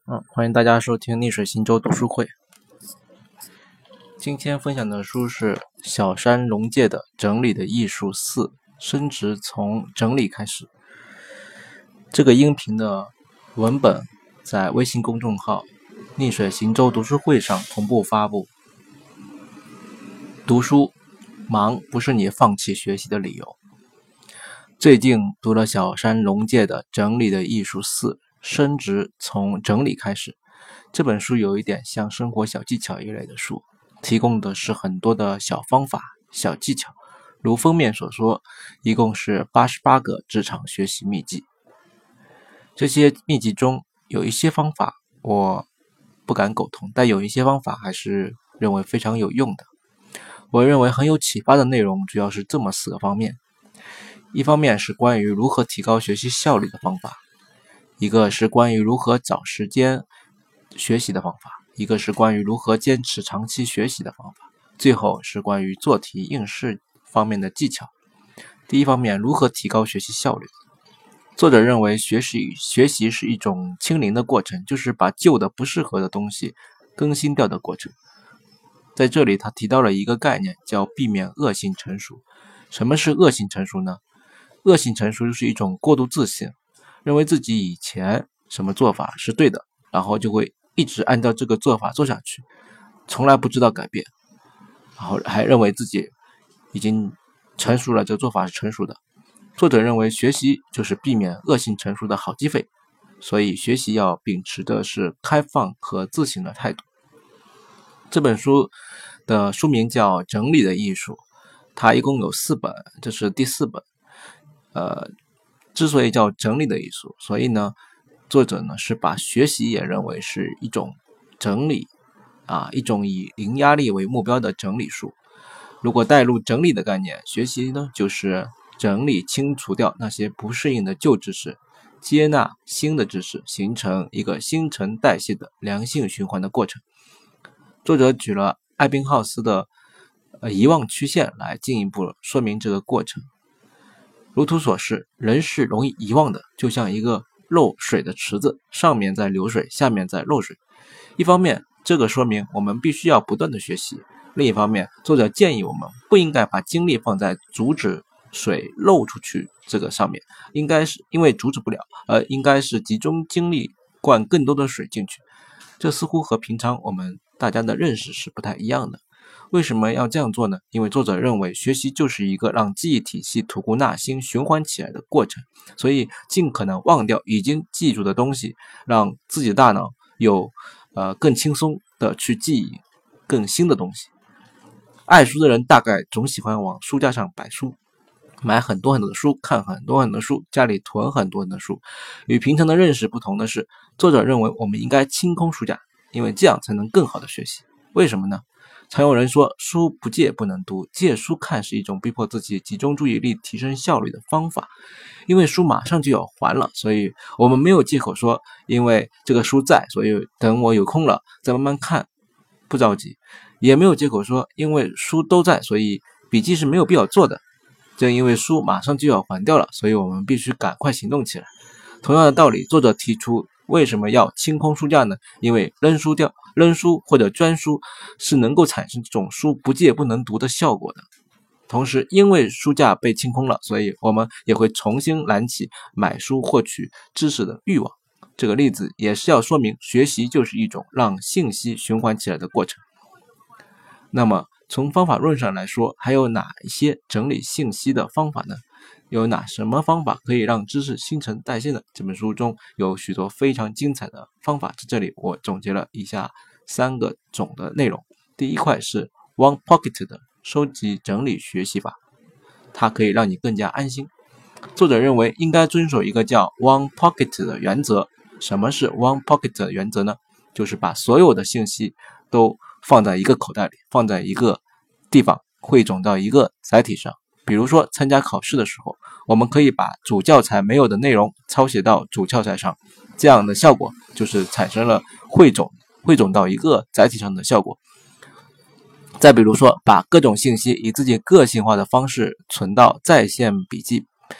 欢迎大家收听逆水行舟读书会。今天分享的书是小山龙介的《整理的艺术4：升职从整理开始》。这个音频的文本在微信公众号逆水行舟读书会上同步发布。读书忙不是你放弃学习的理由。最近读了小山龙介的《整理的艺术4：升职从整理开始》。这本书有一点像生活小技巧一类的书，提供的是很多的小方法、小技巧，如封面所说，一共是88个职场学习秘籍。这些秘籍中有一些方法我不敢苟同，但有一些方法还是认为非常有用的。我认为很有启发的内容主要是这么4个方面。一方面是关于如何提高学习效率的方法，一个是关于如何找时间学习的方法，一个是关于如何坚持长期学习的方法，最后是关于做题应试方面的技巧。第一方面，如何提高学习效率。作者认为学习是一种清零的过程，就是把旧的不适合的东西更新掉的过程。在这里他提到了一个概念，叫避免恶性成熟。什么是恶性成熟呢？恶性成熟就是一种过度自信，认为自己以前什么做法是对的，然后就会一直按照这个做法做下去，从来不知道改变，然后还认为自己已经成熟了，这个做法是成熟的。作者认为学习就是避免恶性成熟的好机会，所以学习要秉持的是开放和自信的态度。这本书的书名叫《整理的艺术》，它一共有4本，这是第4本。之所以叫整理的艺术，所以呢，作者呢是把学习也认为是一种整理一种以零压力为目标的整理术。如果带入整理的概念，学习呢就是整理清除掉那些不适应的旧知识，接纳新的知识，形成一个新陈代谢的良性循环的过程。作者举了艾宾浩斯的遗忘曲线来进一步说明这个过程。如图所示，人是容易遗忘的，就像一个漏水的池子，上面在流水，下面在漏水。一方面，这个说明我们必须要不断的学习；另一方面，作者建议我们不应该把精力放在阻止水漏出去这个上面，应该是因为阻止不了，应该是集中精力灌更多的水进去。这似乎和平常我们大家的认识是不太一样的。为什么要这样做呢？因为作者认为学习就是一个让记忆体系吐故纳新循环起来的过程，所以尽可能忘掉已经记住的东西，让自己的大脑有更轻松的去记忆更新的东西。爱书的人大概总喜欢往书架上摆书，买很多很多的书，看很多很多的书，家里囤很多很多的书。与平常的认识不同的是，作者认为我们应该清空书架，因为这样才能更好的学习。为什么呢？常有人说书不借不能读，借书看是一种逼迫自己集中注意力提升效率的方法。因为书马上就要还了，所以我们没有借口说因为这个书在，所以等我有空了再慢慢看，不着急。也没有借口说因为书都在，所以笔记是没有必要做的。正因为书马上就要还掉了，所以我们必须赶快行动起来。同样的道理，作者提出为什么要清空书架呢？因为扔书或者捐书是能够产生这种书不借不能读的效果的。同时，因为书架被清空了，所以我们也会重新燃起买书获取知识的欲望。这个例子也是要说明学习就是一种让信息循环起来的过程。那么从方法论上来说，还有哪一些整理信息的方法呢？有什么方法可以让知识新陈代谢呢？这本书中有许多非常精彩的方法，在这里我总结了以下3个总的内容。第一块是 One Pocket 的收集整理学习法，它可以让你更加安心。作者认为应该遵守一个叫 One Pocket 的原则。什么是 One Pocket 的原则呢？就是把所有的信息都放在一个口袋里，放在一个地方，汇总到一个载体上。比如说参加考试的时候，我们可以把主教材没有的内容抄写到主教材上，这样的效果就是产生了汇总到一个载体上的效果。再比如说把各种信息以自己个性化的方式存到在线笔记，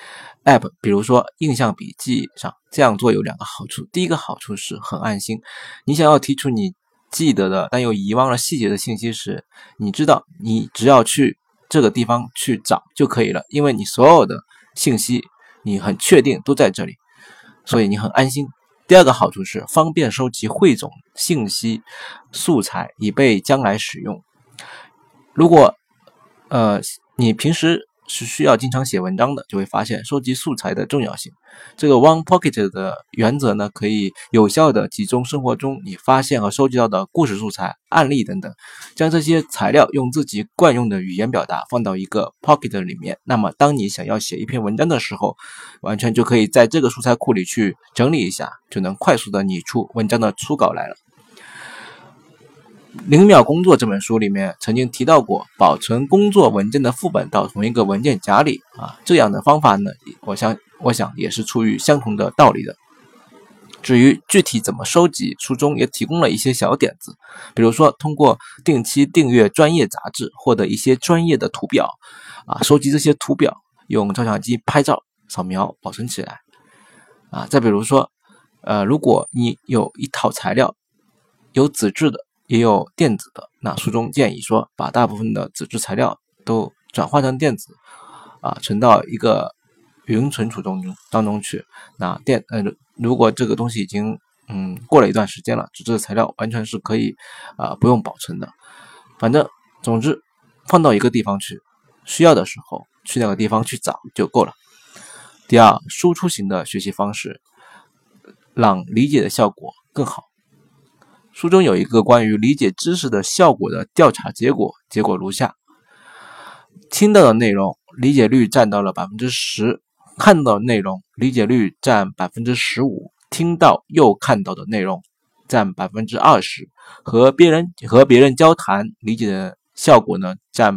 App， 比如说印象笔记上，这样做有2个好处。第一个好处是很安心，你想要提出你记得的但又遗忘了细节的信息时，你知道你只要去这个地方去找就可以了，因为你所有的信息你很确定都在这里，所以你很安心。第2个好处是方便收集汇总信息素材以备将来使用。如果你平时是需要经常写文章的，就会发现收集素材的重要性。这个 One Pocket 的原则呢，可以有效的集中生活中你发现和收集到的故事素材、案例等等，将这些材料用自己惯用的语言表达放到一个 Pocket 里面。那么当你想要写一篇文章的时候，完全就可以在这个素材库里去整理一下，就能快速的拟出文章的初稿来了。0秒工作这本书里面曾经提到过，保存工作文件的副本到同一个文件夹里这样的方法呢，我想也是出于相同的道理的。至于具体怎么收集，书中也提供了一些小点子，比如说通过定期订阅专业杂志，获得一些专业的图表收集这些图表，用照相机拍照扫描保存起来再比如说如果你有一套材料，有纸质的也有电子的，那书中建议说把大部分的纸质材料都转换成电子存到一个云存储当中去。那如果这个东西已经过了一段时间了，纸质的材料完全是可以不用保存的。总之放到一个地方去，需要的时候去那个地方去找就够了。第2，输出型的学习方式让理解的效果更好。书中有一个关于理解知识的效果的调查结果如下：听到的内容理解率占到了 10%， 看到的内容理解率占 15%， 听到又看到的内容占 20%， 和别人交谈理解的效果呢占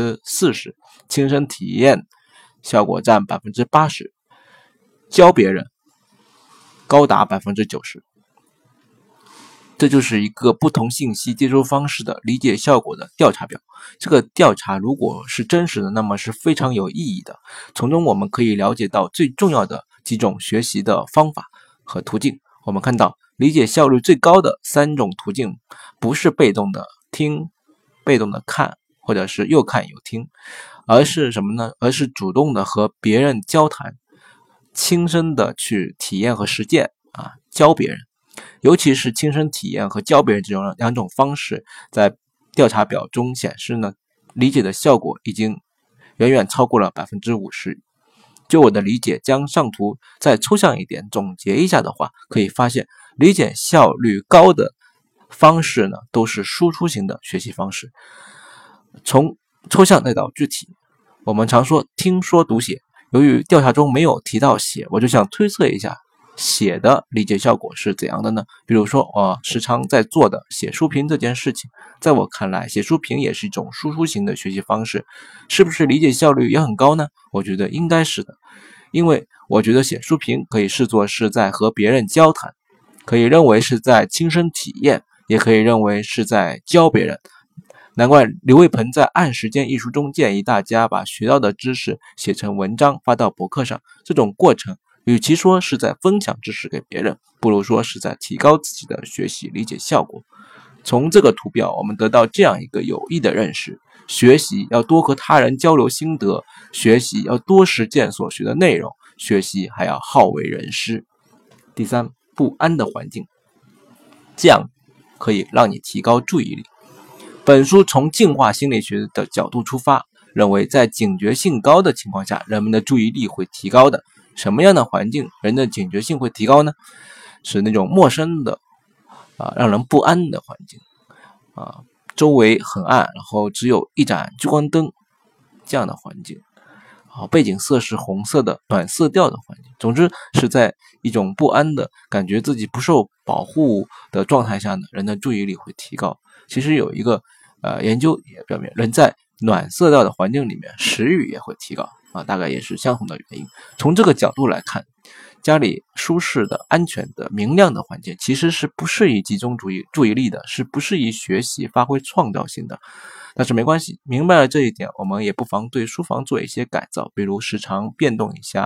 40%， 亲身体验效果占 80%， 教别人高达 90%。这就是一个不同信息接收方式的理解效果的调查表。这个调查如果是真实的，那么是非常有意义的。从中我们可以了解到最重要的几种学习的方法和途径。我们看到理解效率最高的3种途径，不是被动的听、被动的看，或者是又看又听，而是什么呢？而是主动的和别人交谈，亲身的去体验和实践教别人。尤其是亲身体验和教别人这种2种方式，在调查表中显示呢，理解的效果已经远远超过了 50%。 就我的理解，将上图再抽象一点总结一下的话，可以发现理解效率高的方式呢，都是输出型的学习方式。从抽象再到具体，我们常说听说读写，由于调查中没有提到写，我就想推测一下写的理解效果是怎样的呢？比如说我时常在做的写书评这件事情，在我看来写书评也是一种输出型的学习方式，是不是理解效率也很高呢？我觉得应该是的，因为我觉得写书评可以视作是在和别人交谈，可以认为是在亲身体验，也可以认为是在教别人。难怪刘卫鹏在《按时间》一书中建议大家把学到的知识写成文章发到博客上，这种过程与其说是在分享知识给别人，不如说是在提高自己的学习理解效果。从这个图表我们得到这样一个有益的认识：学习要多和他人交流心得，学习要多实践所学的内容，学习还要好为人师。第3，不安的环境，这样可以让你提高注意力。本书从进化心理学的角度出发，认为在警觉性高的情况下，人们的注意力会提高的。什么样的环境人的警觉性会提高呢？是那种陌生的让人不安的环境周围很暗，然后只有一盏聚光灯这样的环境背景色是红色的暖色调的环境。总之是在一种不安的感觉自己不受保护的状态下呢，人的注意力会提高。其实有一个研究也表明，人在暖色调的环境里面食欲也会提高大概也是相同的原因。从这个角度来看，家里舒适的、安全的、明亮的环境其实是不适宜集中注意力的，是不适宜学习发挥创造性的。但是没关系，明白了这一点，我们也不妨对书房做一些改造，比如时常变动一下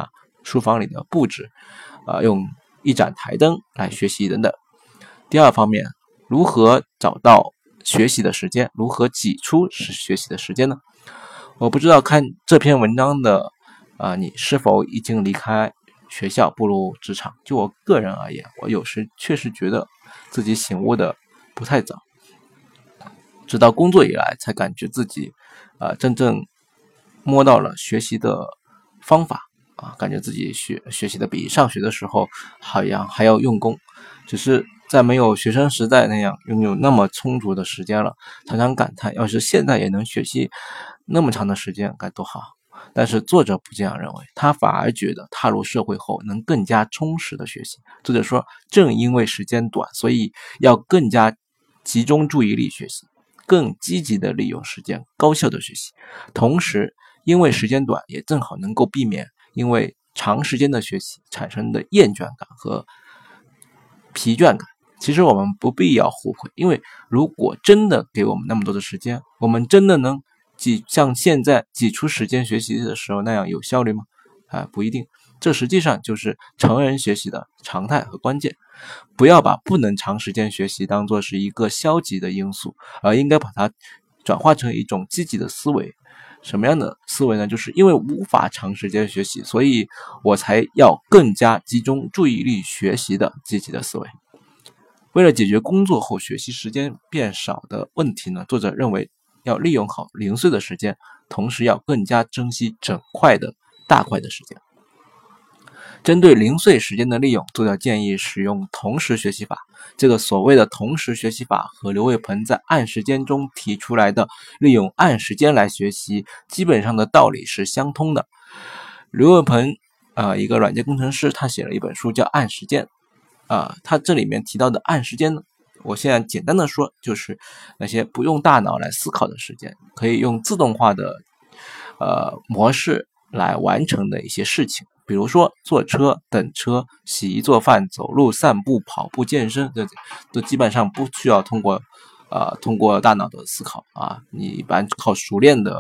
书房里的布置，用一盏台灯来学习等等。第二方面，如何找到学习的时间，如何挤出学习的时间呢？我不知道看这篇文章的你是否已经离开学校步入职场。就我个人而言，我有时确实觉得自己醒悟的不太早，直到工作以来才感觉自己真正摸到了学习的方法感觉自己学习的比上学的时候好像还要用功，只是在没有学生时代那样拥有那么充足的时间了，常常感叹要是现在也能学习那么长的时间该多好。但是作者不这样认为，他反而觉得踏入社会后能更加充实的学习。作者说，正因为时间短，所以要更加集中注意力学习，更积极的利用时间，高效的学习。同时因为时间短，也正好能够避免因为长时间的学习产生的厌倦感和疲倦感。其实我们不必要后悔，因为如果真的给我们那么多的时间，我们真的能像现在挤出时间学习的时候那样有效率吗？不一定。这实际上就是成人学习的常态和关键。不要把不能长时间学习当作是一个消极的因素，而应该把它转化成一种积极的思维。什么样的思维呢？就是因为无法长时间学习，所以我才要更加集中注意力学习的积极的思维。为了解决工作后学习时间变少的问题呢，作者认为要利用好零碎的时间，同时要更加珍惜整块的大块的时间。针对零碎时间的利用，作者建议使用同时学习法。这个所谓的同时学习法和刘卫鹏在按时间中提出来的利用按时间来学习基本上的道理是相通的。刘卫鹏一个软件工程师，他写了一本书叫《按时间》他这里面提到的按时间呢，我现在简单的说，就是那些不用大脑来思考的时间，可以用自动化的模式来完成的一些事情。比如说坐车、等车、洗衣做饭、走路、散步、跑步、健身，这都基本上不需要通过大脑的思考你一般靠熟练的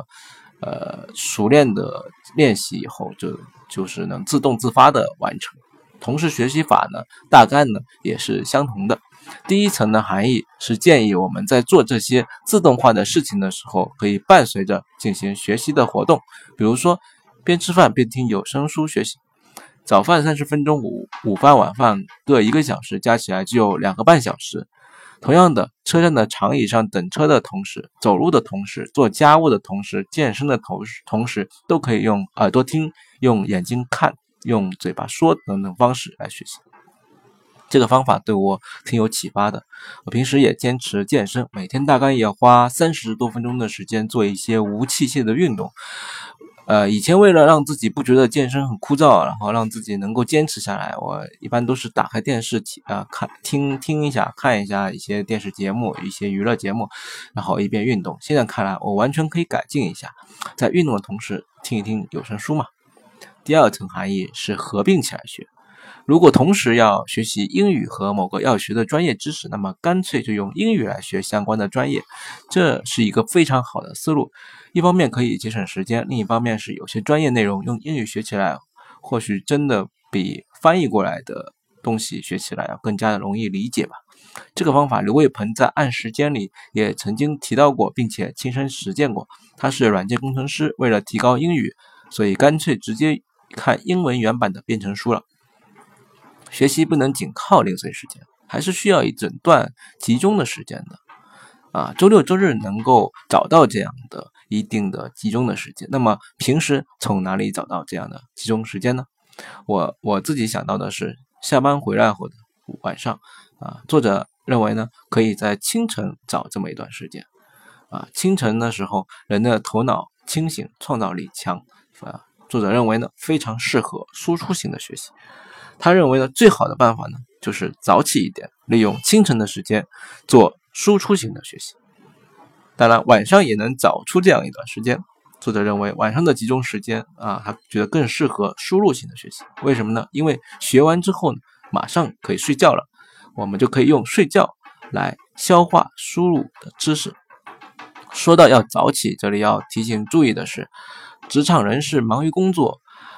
练习以后就是能自动自发的完成。同时学习法呢，大概呢也是相同的。第一层的含义是建议我们在做这些自动化的事情的时候，可以伴随着进行学习的活动，比如说边吃饭边听有声书学习。早饭30分钟，午饭晚饭各1个小时，加起来就有2个半小时。同样的，车站的长椅上等车的同时，走路的同时，做家务的同时，健身的同时，都可以用耳朵听，用眼睛看，用嘴巴说等等方式来学习。这个方法对我挺有启发的。我平时也坚持健身，每天大概也要花30多分钟的时间做一些无器械的运动。以前为了让自己不觉得健身很枯燥，然后让自己能够坚持下来，我一般都是打开电视听一下，看一下一些电视节目，一些娱乐节目，然后一边运动。现在看来我完全可以改进一下，在运动的同时听一听有声书嘛。第二层含义是合并起来学。如果同时要学习英语和某个要学的专业知识，那么干脆就用英语来学相关的专业，这是一个非常好的思路。一方面可以节省时间，另一方面是有些专业内容用英语学起来，或许真的比翻译过来的东西学起来要更加的容易理解吧。这个方法刘卫鹏在按时间里也曾经提到过，并且亲身实践过。他是软件工程师，为了提高英语，所以干脆直接看英文原版的编程书了。学习不能仅靠零碎时间，还是需要一整段集中的时间的周六周日能够找到这样的一定的集中的时间，那么平时从哪里找到这样的集中时间呢？我自己想到的是下班回来后的晚上作者认为呢，可以在清晨找这么一段时间清晨的时候人的头脑清醒，创造力强作者认为呢，非常适合输出型的学习。他认为呢，最好的办法呢，就是早起一点，利用清晨的时间做输出型的学习。当然晚上也能找出这样一段时间。作者认为晚上的集中时间他觉得更适合输入型的学习。为什么呢？因为学完之后呢，马上可以睡觉了，我们就可以用睡觉来消化输入的知识。说到要早起，这里要提醒注意的是，职场人士忙于工作，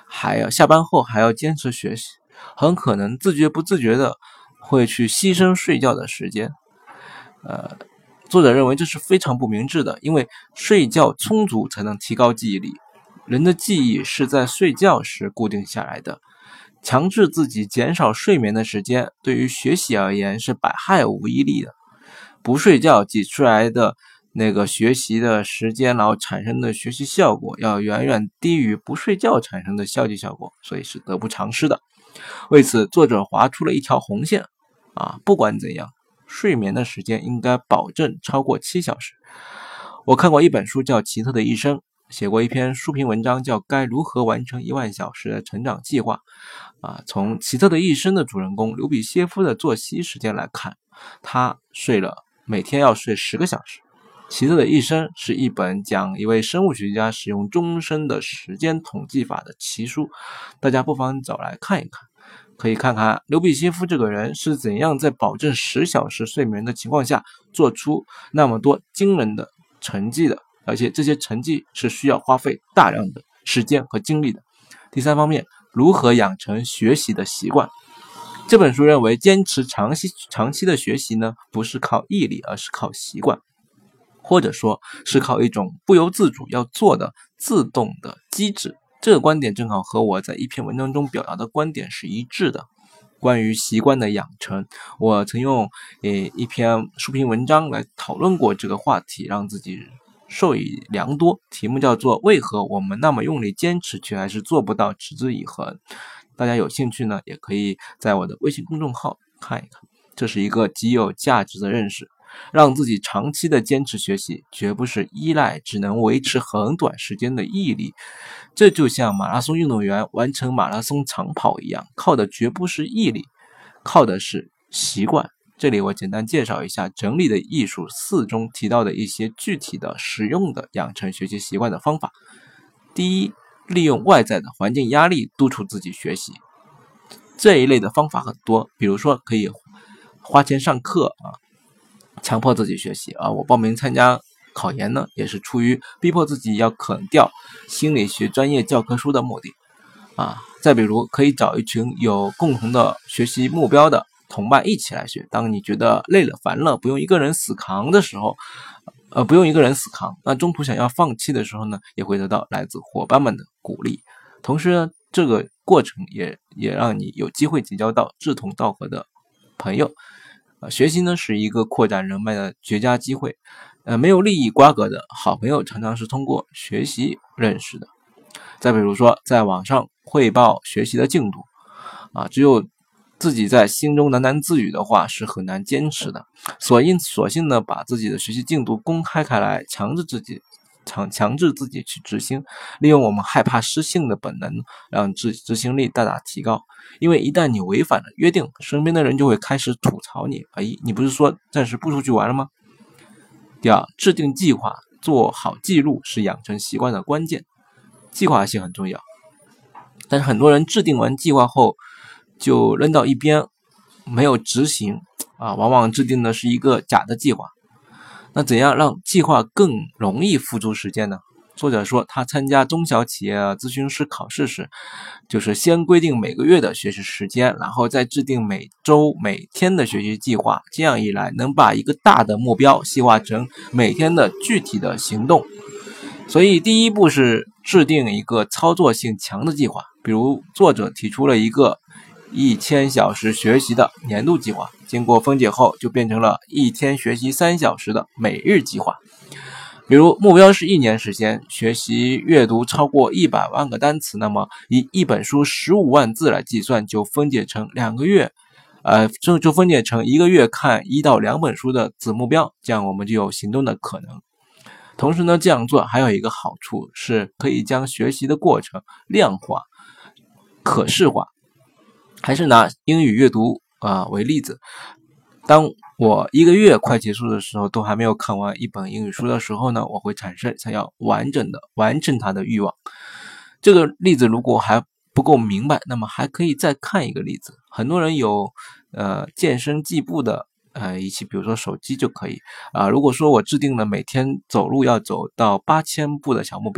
下班后还要坚持学习，很可能自觉不自觉的会去牺牲睡觉的时间。作者认为这是非常不明智的，因为睡觉充足才能提高记忆力。人的记忆是在睡觉时固定下来的，强制自己减少睡眠的时间，对于学习而言是百害无一利的。不睡觉挤出来的那个学习的时间，然后产生的学习效果要远远低于不睡觉产生的消极效果，所以是得不偿失的。为此，作者划出了一条红线不管怎样，睡眠的时间应该保证超过7小时。我看过一本书叫《奇特的一生》，写过一篇书评文章叫《该如何完成10000小时的成长计划》。从《奇特的一生》的主人公刘比歇夫的作息时间来看，他每天要睡10个小时。奇特的一生是一本讲一位生物学家使用终身的时间统计法的奇书，大家不妨找来看一看。可以看看刘比歇夫这个人是怎样在保证10小时睡眠的情况下做出那么多惊人的成绩的，而且这些成绩是需要花费大量的时间和精力的。第三方面，如何养成学习的习惯。这本书认为，坚持长期的学习呢，不是靠毅力，而是靠习惯，或者说是靠一种不由自主要做的自动的机制。这个观点正好和我在一篇文章中表达的观点是一致的。关于习惯的养成，我曾用一篇书评文章来讨论过这个话题，让自己受益良多。题目叫做为何我们那么用力坚持却还是做不到持之以恒。大家有兴趣呢，也可以在我的微信公众号看一看。这是一个极有价值的认识，让自己长期的坚持学习，绝不是依赖只能维持很短时间的毅力。这就像马拉松运动员完成马拉松长跑一样，靠的绝不是毅力，靠的是习惯。这里我简单介绍一下《整理的艺术4》中提到的一些具体的实用的养成学习习惯的方法。第一，利用外在的环境压力督促自己学习。这一类的方法很多，比如说可以花钱上课强迫自己学习我报名参加考研呢，也是出于逼迫自己要啃掉心理学专业教科书的目的再比如，可以找一群有共同的学习目标的同伴一起来学。当你觉得累了烦了，不用一个人死扛的时候，那中途想要放弃的时候呢，也会得到来自伙伴们的鼓励。同时呢，这个过程也让你有机会结交到志同道合的朋友。学习呢是一个扩展人脉的绝佳机会。没有利益瓜葛的好朋友常常是通过学习认识的。再比如说，在网上汇报学习的进度只有自己在心中喃喃自语的话是很难坚持的。索性呢，把自己的学习进度公开开来，强制自己去执行，利用我们害怕失信的本能，让执行力大大提高。因为一旦你违反了约定，身边的人就会开始吐槽你，你不是说暂时不出去玩了吗？第二，制定计划，做好记录是养成习惯的关键。计划性很重要，但是很多人制定完计划后就扔到一边，没有执行往往制定的是一个假的计划。那怎样让计划更容易付诸实践呢？作者说，他参加中小企业咨询师考试时，就是先规定每个月的学习时间，然后再制定每周每天的学习计划。这样一来，能把一个大的目标细化成每天的具体的行动。所以第一步是制定一个操作性强的计划，比如作者提出了一个1000小时学习的年度计划，经过分解后就变成了1天学习3小时的每日计划。比如目标是1年时间学习阅读超过100万个单词，那么以一本书15万字来计算，就分解成2个月就分解成1个月看1到2本书的子目标，这样我们就有行动的可能。同时呢，这样做还有一个好处，是可以将学习的过程量化、可视化。还是拿英语阅读为例子，当我1个月快结束的时候，都还没有看完一本英语书的时候呢，我会产生想要完成它的欲望。这个例子如果还不够明白，那么还可以再看一个例子。很多人有健身计步的仪器，比如说手机就可以如果说我制定了每天走路要走到8000步的小目标，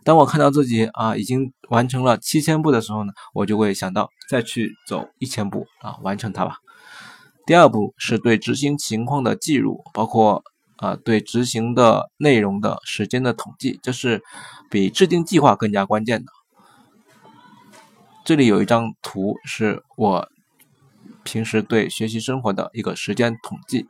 当我看到自己已经完成了7000步的时候呢，我就会想到再去走1000步完成它吧。第二步是对执行情况的记录，包括对执行的内容的时间的统计，这是比制定计划更加关键的。这里有一张图是我平时对学习生活的一个时间统计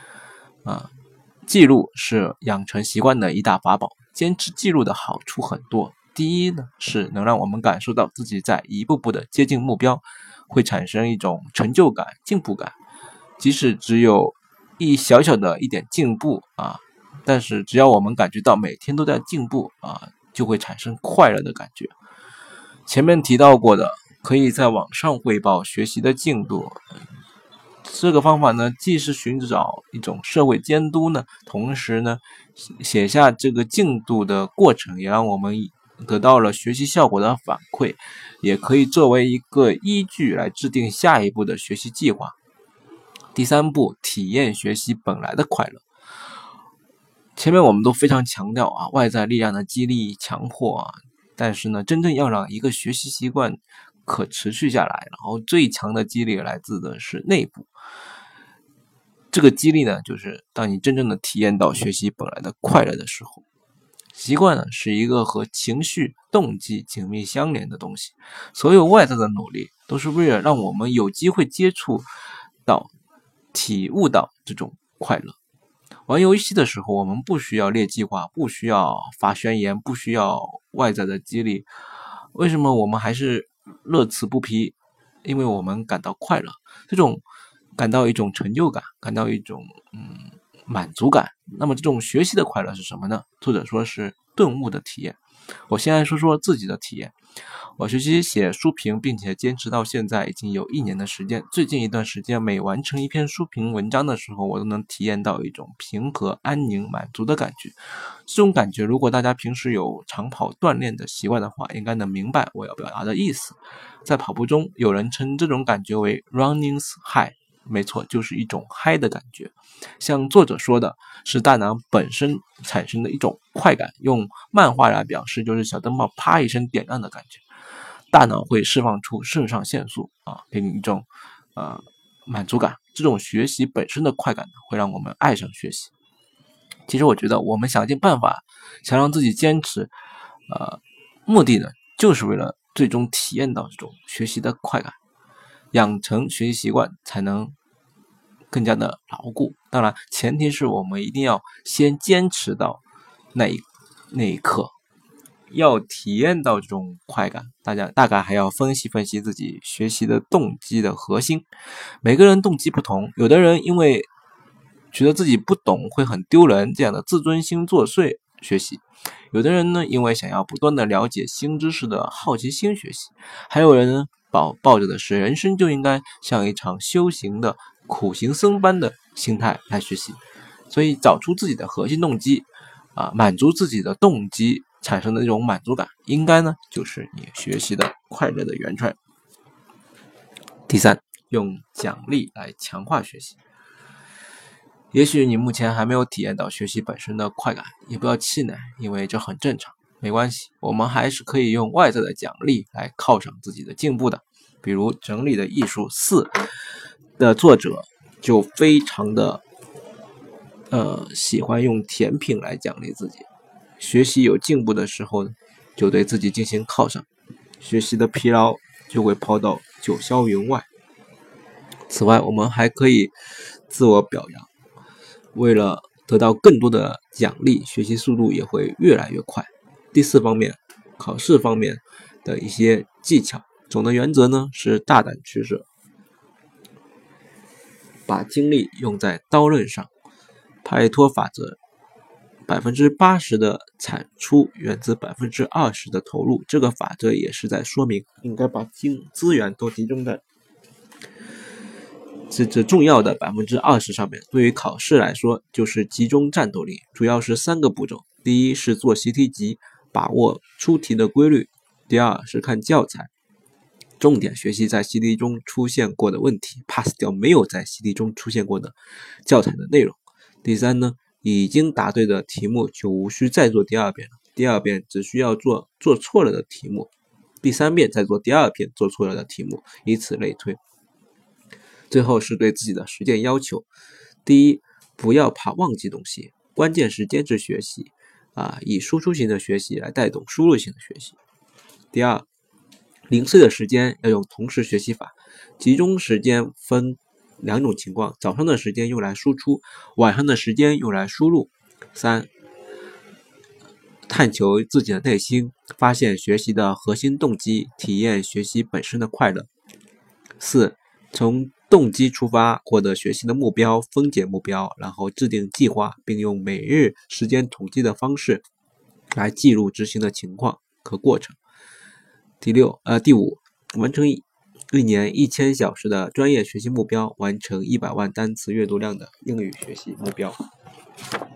记录是养成习惯的一大法宝。坚持记录的好处很多，第一呢是能让我们感受到自己在一步步的接近目标，会产生一种成就感、进步感。即使只有小小的一点进步但是只要我们感觉到每天都在进步就会产生快乐的感觉。前面提到过的，可以在网上汇报学习的进度，这个方法呢，既是寻找一种社会监督呢，同时呢，写下这个进度的过程，也让我们得到了学习效果的反馈，也可以作为一个依据来制定下一步的学习计划。第三步，体验学习本来的快乐。前面我们都非常强调外在力量的激励、强迫但是呢，真正要让一个学习习惯可持续下来，然后最强的激励来自的是内部。这个激励呢，就是当你真正的体验到学习本来的快乐的时候。习惯呢，是一个和情绪、动机紧密相连的东西。所有外在的努力，都是为了让我们有机会接触到、体悟到这种快乐。玩游戏的时候，我们不需要列计划，不需要发宣言，不需要外在的激励。为什么我们还是乐此不疲？因为我们感到快乐，这种感到一种成就感，感到一种满足感。那么这种学习的快乐是什么呢？作者说是顿悟的体验。我先来说说自己的体验。我学习写书评，并且坚持到现在已经有1年的时间。最近一段时间，每完成一篇书评文章的时候，我都能体验到一种平和、安宁、满足的感觉。这种感觉，如果大家平时有长跑锻炼的习惯的话，应该能明白我要表达的意思。在跑步中，有人称这种感觉为 running's high， 没错，就是一种嗨的感觉。像作者说的，是大脑本身产生的一种快感，用漫画来表示，就是小灯泡啪一声点亮的感觉。大脑会释放出肾上腺素给你一种满足感。这种学习本身的快感会让我们爱上学习。其实我觉得我们想尽办法想让自己坚持目的呢，就是为了最终体验到这种学习的快感，养成学习习惯才能更加的牢固。当然前提是我们一定要先坚持到那一刻，要体验到这种快感，大家大概还要分析分析自己学习的动机的核心。每个人动机不同，有的人因为觉得自己不懂会很丢人，这样的自尊心作祟学习；有的人呢，因为想要不断的了解新知识的好奇心学习；还有人呢，抱着的是人生就应该像一场修行的苦行僧般的心态来学习。所以找出自己的核心动机满足自己的动机产生的这种满足感，应该呢就是你学习的快乐的源泉。第三，用奖励来强化学习。也许你目前还没有体验到学习本身的快感，也不要气馁，因为这很正常，没关系，我们还是可以用外在的奖励来犒赏自己的进步的。比如《整理的艺术4》的作者就非常的喜欢用甜品来奖励自己。学习有进步的时候呢，就对自己进行犒赏，学习的疲劳就会抛到九霄云外。此外，我们还可以自我表扬，为了得到更多的奖励，学习速度也会越来越快。第四方面，考试方面的一些技巧，总的原则呢是大胆取舍，把精力用在刀刃上。帕累托法则，80%的产出源自20%的投入，这个法则也是在说明应该把资源都集中在这重要的20%上面。对于考试来说，就是集中战斗力，主要是3个步骤。第一是做习题集，把握出题的规律；第二是看教材，重点学习在习题中出现过的问题， pass 掉没有在习题中出现过的教材的内容；第三呢，已经答对的题目就无需再做第二遍了。 第2遍只需要做错了的题目，第3遍再做第2遍做错了的题目，以此类推。最后是对自己的实践要求。第一，不要怕忘记东西，关键是坚持学习以输出型的学习来带动输入型的学习。第二，零碎的时间要用同时学习法，集中时间分2种情况，早上的时间用来输出，晚上的时间用来输入。3，探求自己的内心，发现学习的核心动机，体验学习本身的快乐。4，从动机出发，获得学习的目标，分解目标，然后制定计划，并用每日时间统计的方式来记录执行的情况和过程。第5，完成1年1000小时的专业学习目标，完成100万单词阅读量的英语学习目标。